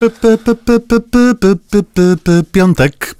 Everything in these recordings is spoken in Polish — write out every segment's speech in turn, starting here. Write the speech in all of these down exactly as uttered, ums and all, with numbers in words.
Piątek.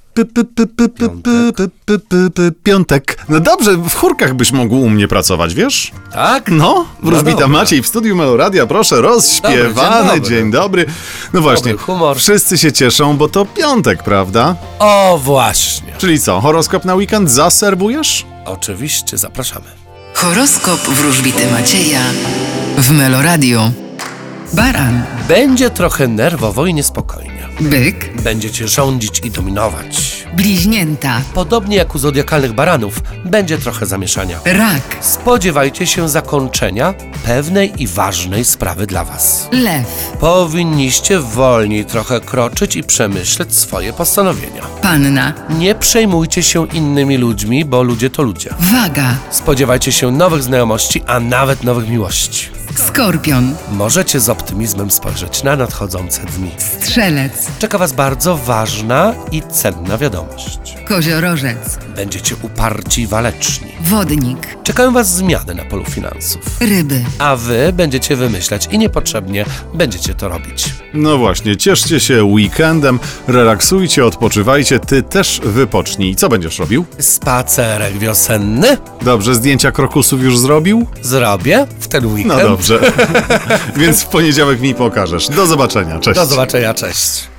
Piątek. No dobrze, w chórkach byś mógł u mnie pracować, wiesz? Tak? No, wróżbita dobra. Maciej w studiu Meloradia, proszę, rozśpiewany, Dobry, dzień dobry. dzień dobry. No właśnie, Dobry humor. wszyscy się cieszą, bo to piątek, prawda? O, właśnie. Czyli co, horoskop na weekend zaserwujesz? Oczywiście, zapraszamy. Horoskop wróżbity Macieja w Meloradio. Baran, Będzie trochę nerwowo i niespokojnie. byk, Będziecie rządzić i dominować. bliźnięta, Podobnie jak u zodiakalnych baranów, będzie trochę zamieszania. rak, Spodziewajcie się zakończenia pewnej i ważnej sprawy dla was. lew, Powinniście wolniej trochę kroczyć i przemyśleć swoje postanowienia. panna, Nie przejmujcie się innymi ludźmi, bo ludzie to ludzie. waga, Spodziewajcie się nowych znajomości, a nawet nowych miłości. skorpion, Możecie z optymizmem spojrzeć na nadchodzące dni. strzelec, Czeka was bardzo ważna i cenna wiadomość. koziorożec, Będziecie uparci i waleczni. wodnik, Czekają was zmiany na polu finansów. ryby, A wy będziecie wymyślać i niepotrzebnie będziecie to robić. No właśnie, cieszcie się weekendem, relaksujcie, odpoczywajcie, ty też wypocznij. Co będziesz robił? Spacerek wiosenny Dobrze, zdjęcia krokusów już zrobił? zrobię w ten weekend. No dobrze. Więc w poniedziałek mi pokażesz. Do zobaczenia, cześć. Do zobaczenia, cześć.